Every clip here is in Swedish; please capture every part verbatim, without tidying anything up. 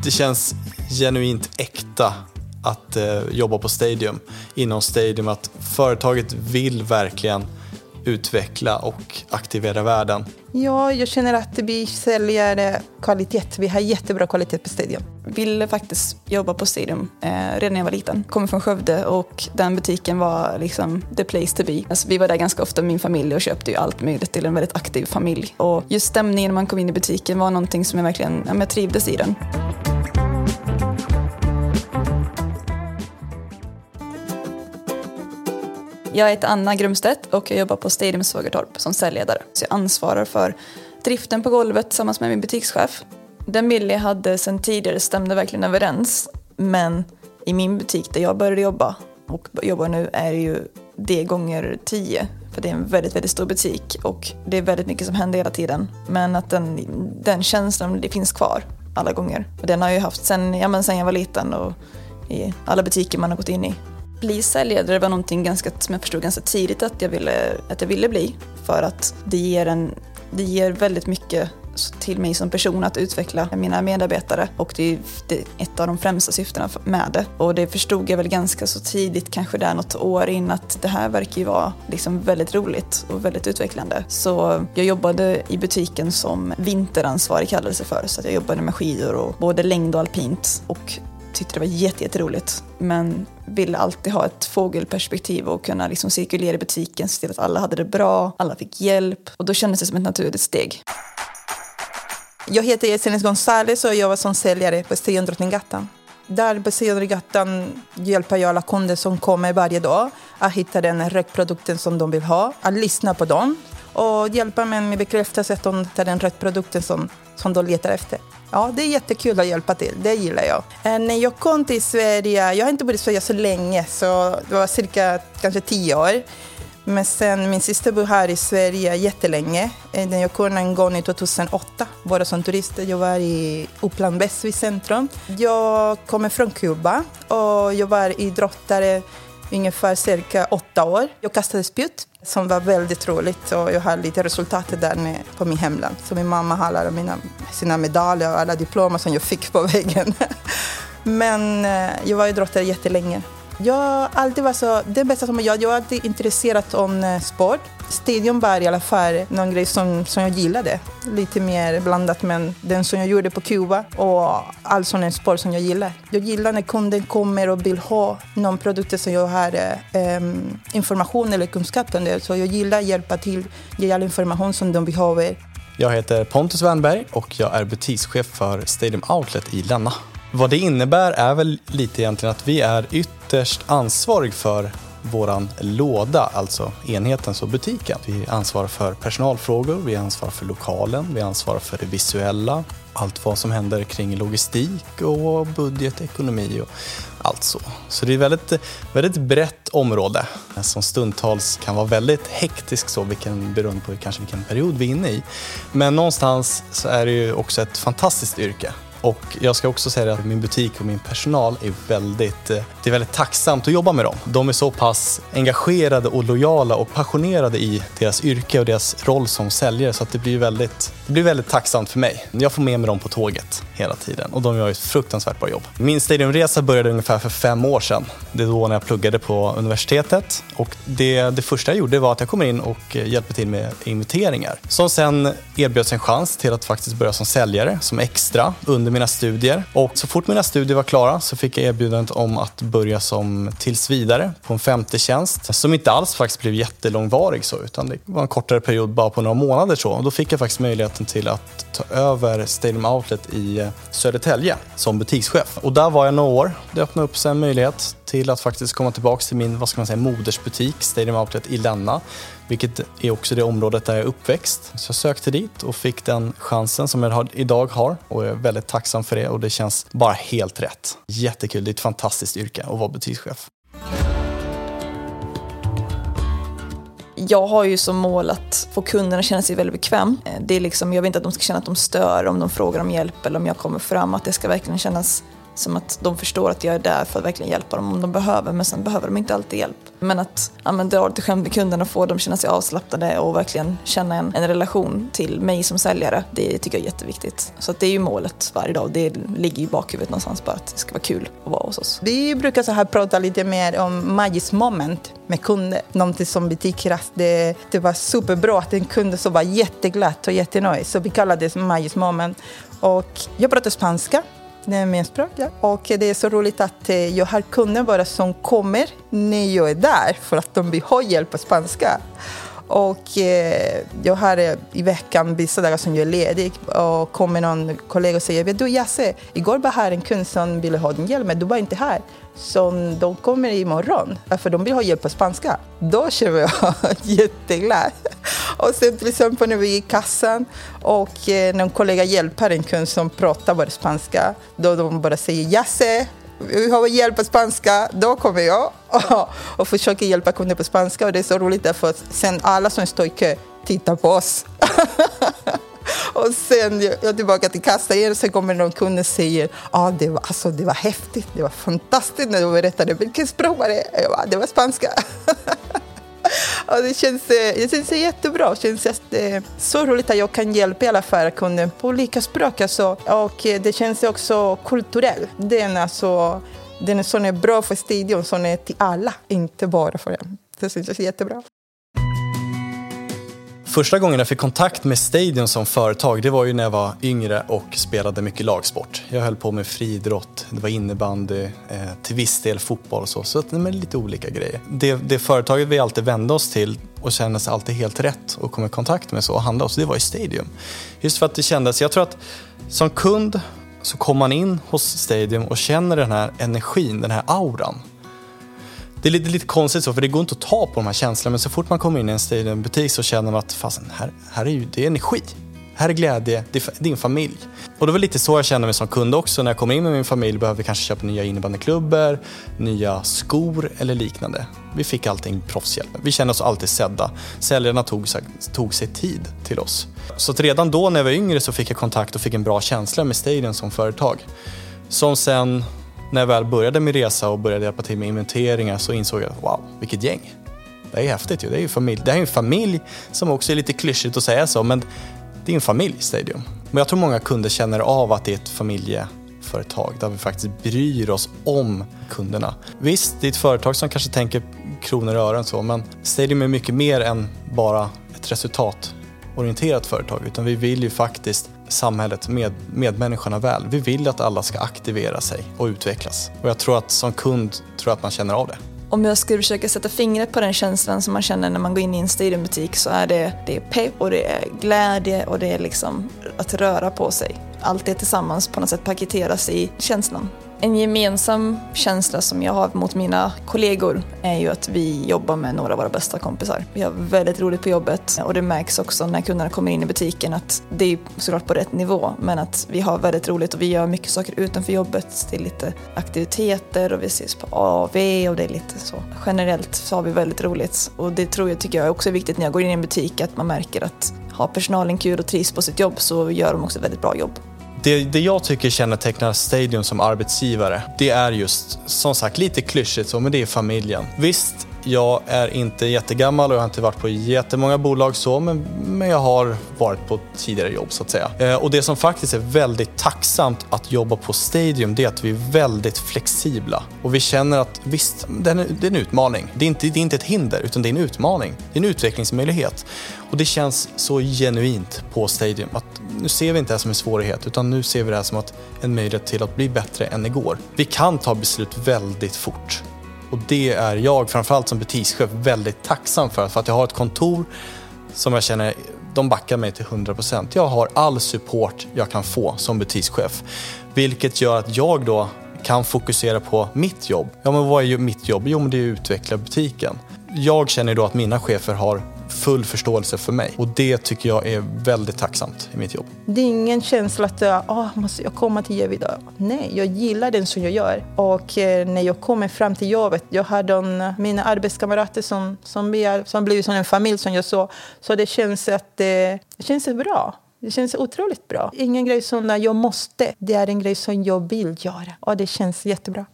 Det känns genuint äkta att eh, jobba på Stadium, inom Stadium, att företaget vill verkligen utveckla och aktivera världen. Ja, jag känner att vi säljer kvalitet. Vi har jättebra kvalitet på Stadium. Jag ville faktiskt jobba på Stadium eh, redan när jag var liten. Jag kommer från Skövde och den butiken var liksom the place to be. Alltså, vi var där ganska ofta med min familj och köpte ju allt möjligt till en väldigt aktiv familj. Och just stämningen när man kom in i butiken var någonting som jag verkligen ja, jag trivdes i den. Jag heter Anna Grumstedt och jag jobbar på Stadium Sågertorp som säljledare. Så jag ansvarar för driften på golvet tillsammans med min butikschef. Den bild jag hade sedan tidigare stämde verkligen överens. Men i min butik där jag började jobba och jobbar nu är det ju det gånger tio. För det är en väldigt, väldigt stor butik och det är väldigt mycket som händer hela tiden. Men att den, den känslan det finns kvar alla gånger. Och den har jag ju haft sedan, ja, men sedan jag var liten och i alla butiker man har gått in i. Bli säljledare var någonting ganska, som jag förstod ganska tidigt att jag ville, att jag ville bli. För att det ger, en, det ger väldigt mycket till mig som person att utveckla mina medarbetare. Och det är, det är ett av de främsta syftena med det. Och det förstod jag väl ganska så tidigt, kanske där något år in, att det här verkar ju vara liksom väldigt roligt och väldigt utvecklande. Så jag jobbade i butiken som vinteransvarig kallades det för. Så att jag jobbade med skidor och både längd och alpint. Och tyckte det var jätte, jätteroligt, men ville alltid ha ett fågelperspektiv och kunna liksom cirkulera i butiken, se till att alla hade det bra, alla fick hjälp, och då kändes det som ett naturligt steg. Jag heter Esenes González och jag var som säljare på Stadium Drottninggatan. Där på Stadium Drottninggatan hjälper jag alla kunder som kommer varje dag att hitta den rätt produkten som de vill ha, att lyssna på dem och hjälpa med med bekräftelse att de tar den rätt produkten som, som de letar efter. Ja, det är jättekul att hjälpa till. Det gillar jag. Eh, när jag kom till Sverige, jag har inte bott i Sverige så länge, så det var cirka kanske tio år. Men sen min syster bor här i Sverige jättelänge. Eh, jag kom en gång i tjugohundraåtta, bara som turist. Jag var i Uppland Västby centrum. Jag kommer från Kuba och jag var idrottare ungefär cirka åtta år. Jag kastade spjut som var väldigt roligt och jag har lite resultat där på min hemland. Så min mamma har alla mina, sina medaljer och alla diplomer som jag fick på väggen. Men jag var idrottare jättelänge. Jag alltid var så, det bästa som jag, jag var alltid intresserad om sport. Stadium var i alla fall någon grej som, som jag gillade. Lite mer blandat med den som jag gjorde på Kuba och all sån sport som jag gillar. Jag gillar när kunden kommer och vill ha någon produkt som jag har eh, information eller kunskap om det. Så jag gillar att hjälpa till, ge all information som de behöver. Jag heter Pontus Wernberg och jag är butikschef för Stadium Outlet i Länna. Vad det innebär är väl lite egentligen att vi är ytterst ansvarig för våran låda, alltså enheten, så butiken. Vi ansvarar för personalfrågor, vi ansvarar för lokalen, vi ansvarar för det visuella, allt vad som händer kring logistik och budget, ekonomi och allt så. Så det är väldigt, väldigt brett område som stundtals kan vara väldigt hektisk så, vilken, beroende på kanske vilken period vi är inne i. Men någonstans så är det ju också ett fantastiskt yrke. Och jag ska också säga att min butik och min personal är väldigt, det är väldigt tacksamt att jobba med dem. De är så pass engagerade och lojala och passionerade i deras yrke och deras roll som säljare, så att det blir väldigt, det blir väldigt tacksamt för mig. Jag får med mig dem på tåget hela tiden och de gör ett fruktansvärt bra jobb. Min Stadiumresa började ungefär för fem år sedan. Det är då när jag pluggade på universitetet, och det, det första jag gjorde var att jag kom in och hjälpte till med inviteringar. Som sen erbjöds en chans till att faktiskt börja som säljare, som extra under mina studier. Och så fort mina studier var klara så fick jag erbjudandet om att börja som tills vidare på en femte tjänst, som inte alls faktiskt blev jättelångvarig så, utan det var en kortare period, bara på några månader så. Och då fick jag faktiskt möjligheten till att ta över Stadium Outlet i Södertälje som butikschef. Och där var jag några år. Det öppnade upp sig en möjlighet till att faktiskt komma tillbaka till min, vad ska man säga, modersbutik Stadium Outlet i Länna, vilket är också det området där jag är uppväxt. Så jag sökte dit och fick den chansen som jag har, idag har, och jag är väldigt tacksam för det, och det känns bara helt rätt. Jättekul, det är ett fantastiskt yrke att vara butikschef. Jag har ju som mål att få kunderna att känna sig väldigt bekväm. Det är liksom, jag vill inte att de ska känna att de stör om de frågar om hjälp eller om jag kommer fram. Att det ska verkligen kännas Som att de förstår att jag är där för att verkligen hjälpa dem om de behöver, men sen behöver de inte alltid hjälp. Men att ja, men dra till skämt med kunderna och få dem känna sig avslappnade och verkligen känna en, en relation till mig som säljare, det tycker jag är jätteviktigt. Så att det är ju målet varje dag, det ligger i bakhuvudet någonstans bara att det ska vara kul att vara hos oss. Vi brukar så här prata lite mer om magic moment med kunder. Någonting som butiker, det, det var superbra att en kund så var jätteglatt och jättenöjd. Så vi kallar det magic moment. Och jag pratar spanska. Det är min språk, ja. Och det är så roligt att jag har kunder bara som kommer när jag är där för att de vill ha hjälp på spanska. Och eh, jag har i veckan vissa dagar som jag är ledig och kommer någon kollega och säger vet du Jasse, igår var här en kund som ville ha din hjälp men du var inte här. Så de kommer imorgon för de vill ha hjälp på spanska. Då känner jag jätteglad. Och sen till exempel när vi är i kassan och eh, någon kollega hjälper en kund som pratar bara spanska. Då de bara säger Jasse, vi har hjälp på spanska, då kommer jag och, och försöker hjälpa kunder på spanska. Och det är så roligt därför att sen alla som står i kö tittar på oss. Och sen jag är tillbaka till kassan igen och sen kommer någon kund och säger ah, det, var, alltså, det var häftigt, det var fantastiskt när du berättade vilken språk var det? Jag bara, det var spanska. Och det känns, det känns jättebra. Det känns det så roligt att jag kan hjälpa i alla fall kunder på olika språk. Alltså. Och det känns också kulturellt. Den, alltså, den är så är bra för Stadium, som är till alla, inte bara för dem. Det känns jättebra. Första gången jag fick kontakt med Stadium som företag, det var ju när jag var yngre och spelade mycket lagsport. Jag höll på med friidrott, det var innebandy, eh, till viss del fotboll och så. Så det är lite olika grejer. Det, det företaget vi alltid vände oss till och kändes alltid helt rätt och kom i kontakt med så och handla oss, det var i Stadium. Just för att det kändes, jag tror att som kund så kommer man in hos Stadium och känner den här energin, den här auran. Det är lite, lite konstigt så, för det går inte att ta på de här känslorna. Men så fort man kommer in i en Stadium-butik så känner man att fasen, här, här är ju, det är energi. Här är glädje, det är din familj. Och det var lite så jag kände mig som kund också. När jag kommer in med min familj behöver vi kanske köpa nya innebandyklubbor, nya skor eller liknande. Vi fick allting proffshjälp. Vi kände oss alltid sedda. Säljarna tog, tog sig tid till oss. Så att redan då när jag var yngre så fick jag kontakt och fick en bra känsla med Stadium som företag. Som sen... När jag väl började min resa och började hjälpa till med inventeringar så insåg jag, wow, vilket gäng. Det är häftigt ju, det är ju familj. Det är en familj som också är lite klyschigt att säga så, men det är en familj, Stadium. Men jag tror många kunder känner av att det är ett familjeföretag där vi faktiskt bryr oss om kunderna. Visst, det är ett företag som kanske tänker kronor och ören så, men Stadium är mycket mer än bara ett resultatorienterat företag, utan vi vill ju faktiskt samhället med medmänniskorna väl. Vi vill att alla ska aktivera sig och utvecklas. Och jag tror att som kund tror jag att man känner av det. Om jag skulle försöka sätta fingret på den känslan som man känner när man går in i en Stadium-butik så är det, det är pepp och det är glädje och det är liksom att röra på sig. Allt det tillsammans på något sätt paketeras i känslan. En gemensam känsla som jag har mot mina kollegor är ju att vi jobbar med några av våra bästa kompisar. Vi har väldigt roligt på jobbet och det märks också när kunderna kommer in i butiken att det är såklart på rätt nivå, men att vi har väldigt roligt och vi gör mycket saker utanför jobbet. Det är lite aktiviteter och vi ses på A V och det är lite så. Generellt så har vi väldigt roligt och det tror jag tycker jag också är viktigt när jag går in i en butik, att man märker att har personalen kul och trivs på sitt jobb så gör de också väldigt bra jobb. Det, det jag tycker kännetecknar Stadium som arbetsgivare, det är just, som sagt, lite klyschigt så, men det är familjen. Visst, jag är inte jättegammal och jag har inte varit på jättemånga bolag så, men, men jag har varit på tidigare jobb så att säga. Eh, och det som faktiskt är väldigt tacksamt att jobba på Stadium, det är att vi är väldigt flexibla. Och vi känner att visst, det är en, det är en utmaning. Det är, inte, det är inte ett hinder, utan det är en utmaning. Det är en utvecklingsmöjlighet. Och det känns så genuint på Stadium att nu ser vi inte det här som en svårighet, utan nu ser vi det här som att en möjlighet till att bli bättre än igår. Vi kan ta beslut väldigt fort. Och det är jag framförallt som butikschef väldigt tacksam för. För att jag har ett kontor som jag känner, de backar mig till hundra procent. Jag har all support jag kan få som butikschef. Vilket gör att jag då kan fokusera på mitt jobb. Ja, men vad är ju mitt jobb? Jo, men det är att utveckla butiken. Jag känner då att mina chefer har full förståelse för mig. Och det tycker jag är väldigt tacksamt i mitt jobb. Det är ingen känsla att oh, måste jag komma till jobbet idag. Nej, jag gillar den som jag gör. Och eh, när jag kommer fram till jobbet, jag har de, mina arbetskamrater som, som, blir, som blivit som en familj som jag så. Så det känns att eh, det känns bra. Det känns otroligt bra. Ingen grej som när jag måste. Det är en grej som jag vill göra. Och det känns jättebra.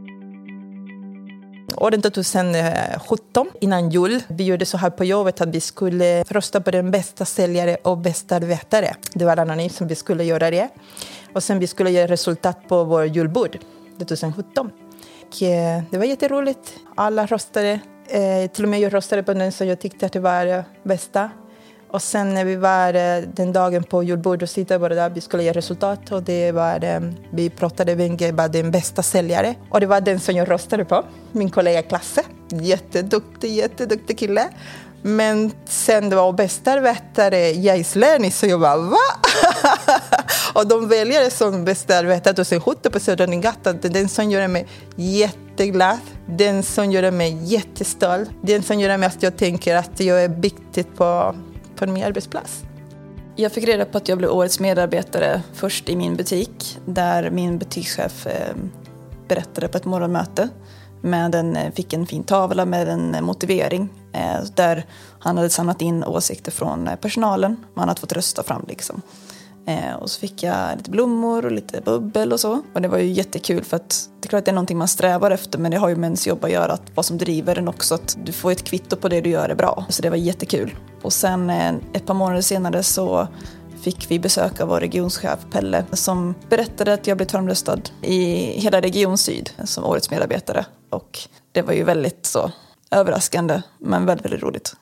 Åren tjugosjutton, innan jul, vi gjorde så här på jobbet att vi skulle rösta på den bästa säljare och bästa arbetare. Det var anonymt som vi skulle göra det. Och sen vi skulle göra resultat på vår julbord tjugosjutton. Och det var jätteroligt. Alla röstade. Eh, till och med jag röstade på den som jag tyckte att det var bästa. Och sen när vi var den dagen på julbord och sittade bara där, vi skulle göra resultat. Och det var, vi pratade vem var den bästa säljare. Och det var den som jag röstade på, min kollega Klasse. Jätteduktig, jätteduktig kille. Men sen det var bästa arbetare, Jais Lerny, så jag bara, va? Och de väljer som bästa arbetare och sen skjuter på Södra-Gatan. Den som gör mig jätteglad. Den som gör mig jättestolt. Den som gör mig att jag tänker att jag är viktig på, på min arbetsplats. Jag fick reda på att jag blev årets medarbetare först i min butik. Där min butikschef eh, berättade på ett morgonmöte. Med en, fick en fin tavla med en motivering. Eh, där han hade samlat in åsikter från personalen. Man hade fått rösta fram liksom. Eh, och så fick jag lite blommor och lite bubbel och så. Och det var ju jättekul för att det är klart att det är någonting man strävar efter. Men det har ju med ens jobb att göra, att vad som driver den också. Att du får ett kvitto på det du gör är bra. Så det var jättekul. Och sen eh, ett par månader senare så fick vi besök av vår regionschef Pelle. Som berättade att jag blivit framröstad i hela Region Syd som årets medarbetare. Och det var ju väldigt så överraskande men väldigt, väldigt roligt.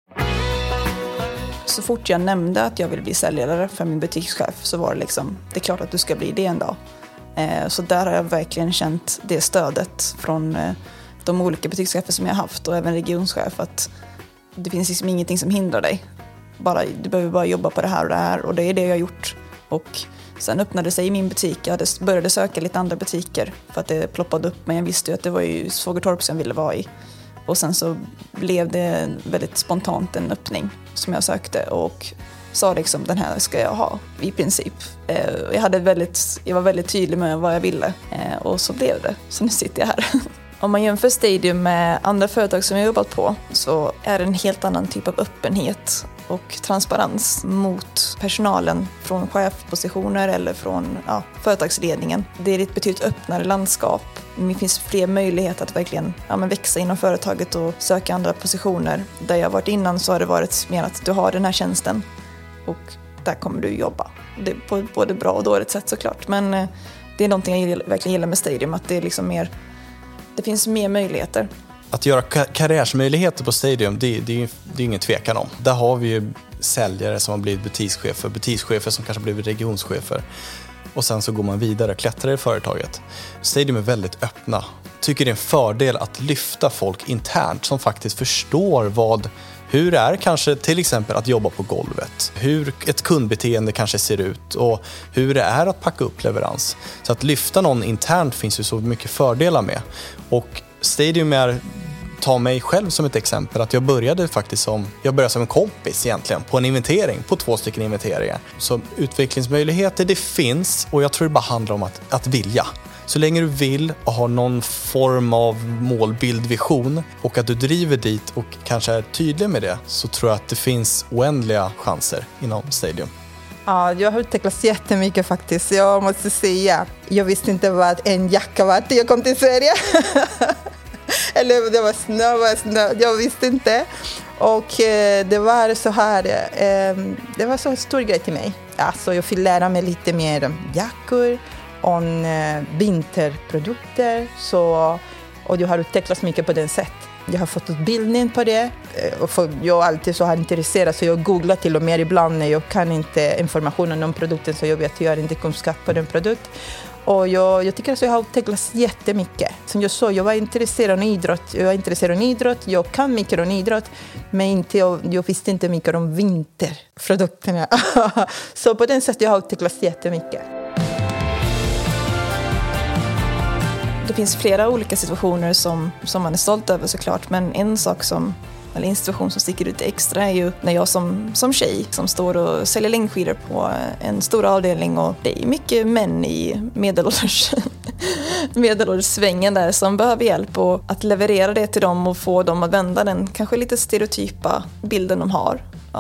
Så fort jag nämnde att jag ville bli säljare för min butikschef så var det liksom, det är klart att du ska bli det en dag. Eh, så där har jag verkligen känt det stödet från eh, de olika butikschefer som jag har haft och även regionschef, att det finns liksom ingenting som hindrar dig. Bara, du behöver bara jobba på det här och det här, och det är det jag har gjort. Och sen öppnade sig i min butik, jag hade, började söka lite andra butiker för att det ploppade upp, men jag visste ju att det var ju Svågertorp som jag ville vara i. Och sen så blev det väldigt spontant en öppning som jag sökte och sa liksom, den här ska jag ha i princip. Jag, hade väldigt, jag var väldigt tydlig med vad jag ville och så blev det. Så nu sitter jag här. Om man jämför Stadium med andra företag som jag jobbat på så är det en helt annan typ av öppenhet och transparens mot personalen från chefpositioner eller från ja, företagsledningen. Det är ett betydligt öppnare landskap. Det finns fler möjligheter att verkligen ja, men växa inom företaget och söka andra positioner. Där jag varit innan så har det varit mer att du har den här tjänsten och där kommer du jobba. Det är på både bra och dåligt sätt såklart. Men det är någonting jag verkligen gillar med Stadium, att det är liksom mer, det finns mer möjligheter. Att göra karriärsmöjligheter på Stadium, det, det, är, det är ingen tvekan om. Där har vi ju säljare som har blivit butikschefer, butikschefer som kanske har blivit regionschefer. Och sen så går man vidare och klättrar i företaget. Stadium är väldigt öppna. Tycker det är en fördel att lyfta folk internt som faktiskt förstår vad, hur det är kanske till exempel att jobba på golvet. Hur ett kundbeteende kanske ser ut och hur det är att packa upp leverans. Så att lyfta någon internt finns ju så mycket fördelar med. Och Stadium är, ta mig själv som ett exempel, att jag började faktiskt som, jag började som en kompis egentligen på en inventering, på två stycken inventeringar. Så utvecklingsmöjligheter det finns, och jag tror det bara handlar om att, att vilja. Så länge du vill och har någon form av målbild, vision och att du driver dit och kanske är tydlig med det, så tror jag att det finns oändliga chanser inom Stadium. Ja, jag har utvecklats jättemycket faktiskt. Jag måste säga, jag visste inte vad en jacka var när jag kom till Sverige. Eller det var snö, var snö, jag visste inte. Och eh, det var så här, eh, det var så en stor grej till mig. Alltså jag fick lära mig lite mer om jackor, om eh, vinterprodukter. Så, och jag har utvecklats mycket på den sätt. Jag har fått utbildning på det. Och för jag alltid så har intresserat, så jag googlar till och med ibland när jag kan inte informationen om produkten, så jag vet att jag har inte kunskap på den produkt. Och jag, jag tycker att jag har utvecklats jättemycket. Som jag sa, jag var intresserad av idrott. Jag var intresserad av idrott. Jag kan mycket om idrott. Men inte, jag, jag visste inte mycket om vinterprodukterna. Så på den sättet jag har utvecklats jättemycket. Det finns flera olika situationer som, som man är stolt över såklart. Men en sak som, eller en situation som sticker ut extra är ju när jag som, som tjej som står och säljer längdskidor på en stor avdelning, och det är mycket män i medelålders, medelålderssvängen där som behöver hjälp, och att leverera det till dem och få dem att vända den kanske lite stereotypa bilden de har. Ja,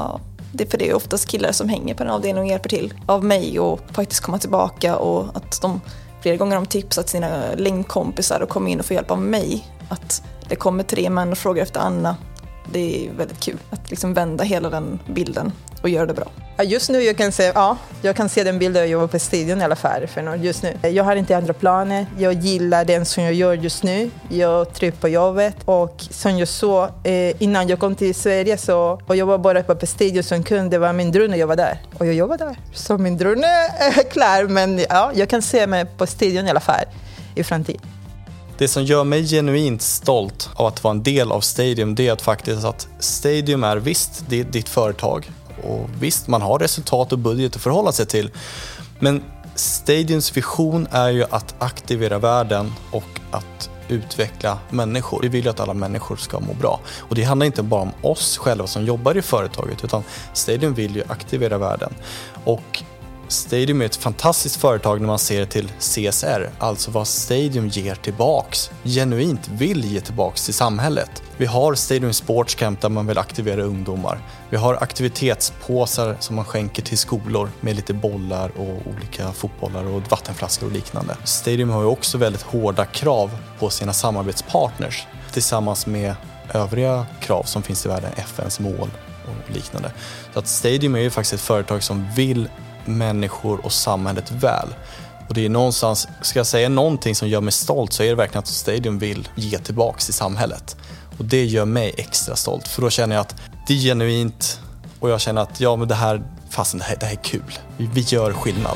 Det är för det är oftast killar som hänger på den avdelningen och hjälper till av mig och faktiskt komma tillbaka, och att de flera gånger har tipsat sina längdkompisar och kommer in och får hjälp av mig. Att det kommer tre män och frågar efter Anna. Det är väldigt kul att liksom vända hela den bilden och göra det bra. Ja, just nu jag kan se, ja, jag kan se den bilden jag jobbar på Stadium i alla fall för just nu. Jag har inte andra planer. Jag gillar den som jag gör just nu. Jag trivs på jobbet, och som jag såg eh, innan jag kom till Sverige så och jag var bara på Stadium som kund. Det var min dröm att jobba där, och jag jobbar där. Så min dröm är klar, men ja, jag kan se mig på Stadium i alla fall i framtiden. Det som gör mig genuint stolt av att vara en del av Stadium, det är att faktiskt att Stadium är visst, det är ditt företag. Och visst, man har resultat och budget att förhålla sig till. Men Stadiums vision är ju att aktivera världen och att utveckla människor. Vi vill ju att alla människor ska må bra. Och det handlar inte bara om oss själva som jobbar i företaget, utan Stadium vill ju aktivera världen. Och Stadium är ett fantastiskt företag när man ser till C S R, alltså vad Stadium ger tillbaks, genuint vill ge tillbaks till samhället. Vi har Stadium Sports Camp där man vill aktivera ungdomar. Vi har aktivitetspåsar som man skänker till skolor med lite bollar och olika fotbollar och vattenflaskor och liknande. Stadium har ju också väldigt hårda krav på sina samarbetspartners tillsammans med övriga krav som finns i världen, F N:s mål och liknande. Så att Stadium är ju faktiskt ett företag som vill människor och samhället väl. Och det är någonstans, ska jag säga någonting som gör mig stolt, så är det verkligen att Stadium vill ge tillbaks till samhället. Och det gör mig extra stolt, för då känner jag att det är genuint, och jag känner att ja, men det här, fastän det här, det här är kul. Vi, vi gör skillnad.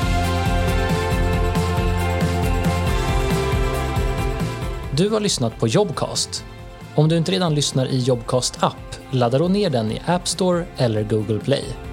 Du har lyssnat på Jobcast. Om du inte redan lyssnar i Jobcast app, laddar då ner den i App Store eller Google Play.